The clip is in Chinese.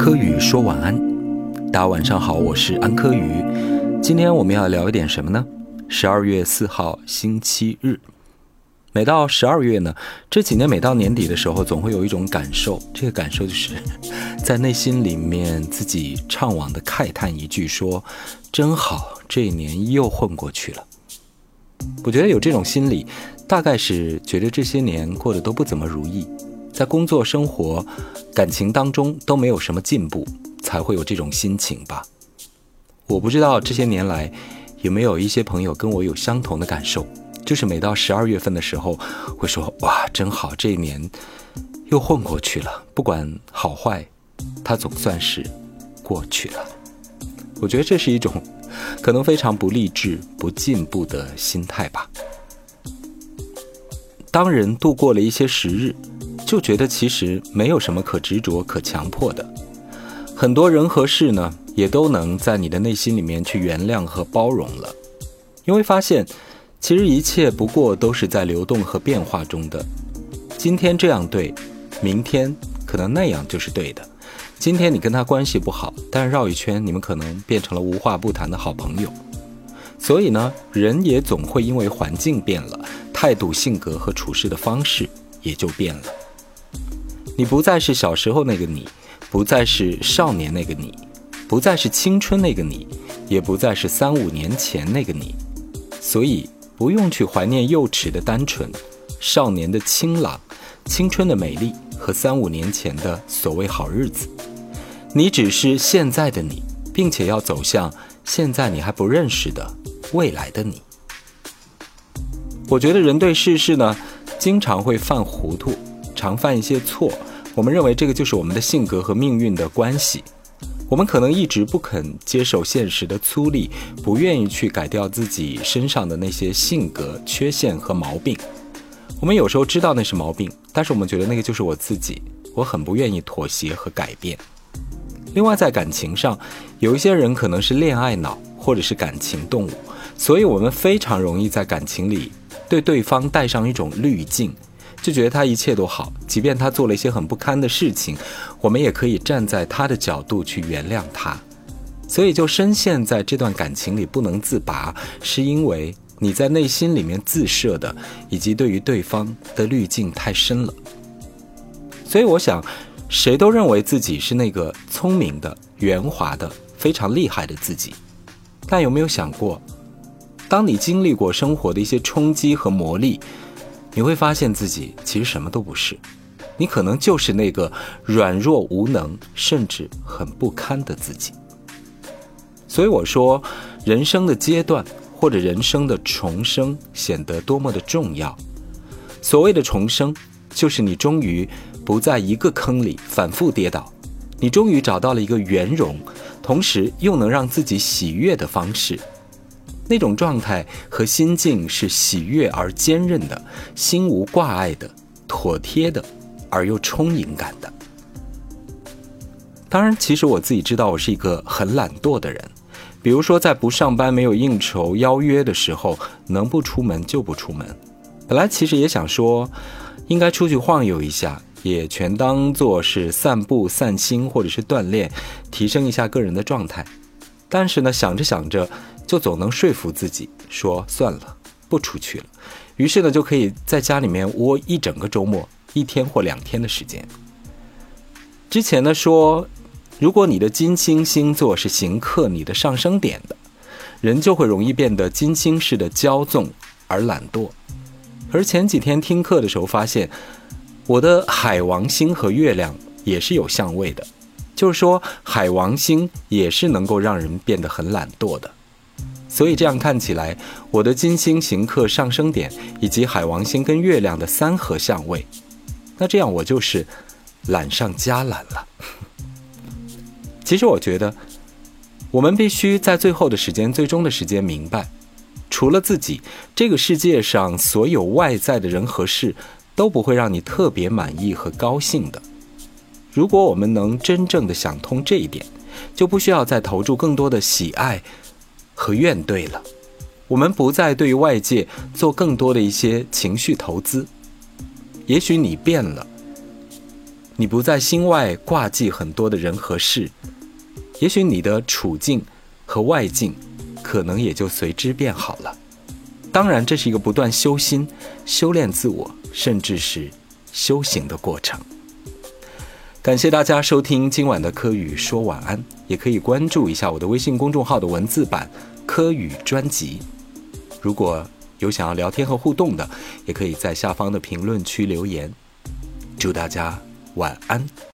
柯宇说晚安，大家晚上好，我是安柯宇。今天我们要聊一点什么呢？12月4号星期日。每到12月呢，这几年每到年底的时候，总会有一种感受，这个感受就是在内心里面自己怅惘的慨叹一句说，真好，这一年又混过去了。我觉得有这种心理，大概是觉得这些年过得都不怎么如意，在工作、生活、感情当中都没有什么进步，才会有这种心情吧。我不知道这些年来有没有一些朋友跟我有相同的感受，就是每到12月份的时候会说，哇，真好，这一年又混过去了，不管好坏，它总算是过去了。我觉得这是一种可能非常不励志、不进步的心态吧。当人度过了一些时日，就觉得其实没有什么可执着、可强迫的。很多人和事呢，也都能在你的内心里面去原谅和包容了。因为发现，其实一切不过都是在流动和变化中的。今天这样对，明天可能那样就是对的。今天你跟他关系不好，但是绕一圈，你们可能变成了无话不谈的好朋友。所以呢，人也总会因为环境变了，态度、性格和处事的方式也就变了。你不再是小时候那个你，不再是少年那个你，不再是青春那个你，也不再是3-5年前那个你。所以不用去怀念幼稚的单纯，少年的清朗，青春的美丽和3-5年前的所谓好日子。你只是现在的你，并且要走向现在你还不认识的未来的你。我觉得人对世事呢，经常会犯糊涂，常犯一些错，我们认为这个就是我们的性格和命运的关系。我们可能一直不肯接受现实的粗粝，不愿意去改掉自己身上的那些性格缺陷和毛病。我们有时候知道那是毛病，但是我们觉得那个就是我自己，我很不愿意妥协和改变。另外在感情上，有一些人可能是恋爱脑或者是感情动物，所以我们非常容易在感情里对对方带上一种滤镜，就觉得他一切都好，即便他做了一些很不堪的事情，我们也可以站在他的角度去原谅他。所以就深陷在这段感情里不能自拔，是因为你在内心里面自设的以及对于对方的滤镜太深了。所以我想，谁都认为自己是那个聪明的、圆滑的、非常厉害的自己。但有没有想过，当你经历过生活的一些冲击和磨砺，你会发现自己其实什么都不是，你可能就是那个软弱无能，甚至很不堪的自己。所以我说，人生的阶段或者人生的重生显得多么的重要。所谓的重生，就是你终于不在一个坑里反复跌倒，你终于找到了一个圆融，同时又能让自己喜悦的方式。那种状态和心境是喜悦而坚韧的，心无挂碍的，妥帖的，而又充盈感的。当然，其实我自己知道我是一个很懒惰的人，比如说在不上班、没有应酬邀约的时候，能不出门就不出门。本来其实也想说应该出去晃悠一下，也全当作是散步散心或者是锻炼，提升一下个人的状态。但是呢，想着想着就总能说服自己说算了，不出去了。于是呢，就可以在家里面窝一整个周末，1天或2天的时间。之前呢说，如果你的金星星座是刑克你的上升点的，人就会容易变得金星式的骄纵而懒惰。而前几天听课的时候发现，我的海王星和月亮也是有相位的，就是说海王星也是能够让人变得很懒惰的。所以这样看起来，我的金星刑克上升点以及海王星跟月亮的3合相位，那这样我就是懒上加懒了。其实我觉得我们必须在最后的时间、最终的时间明白，除了自己，这个世界上所有外在的人和事都不会让你特别满意和高兴的。如果我们能真正的想通这一点，就不需要再投注更多的喜爱和怨怼了。我们不再对于外界做更多的一些情绪投资。也许你变了， 你不在心外挂记很多的人和事，也许你的处境和外境可能也就随之变好了。当然，这是一个不断修心、修炼自我，甚至是修行的过程。感谢大家收听今晚的柯宇说晚安，也可以关注一下我的微信公众号的文字版柯宇专辑。如果有想要聊天和互动的，也可以在下方的评论区留言。祝大家晚安。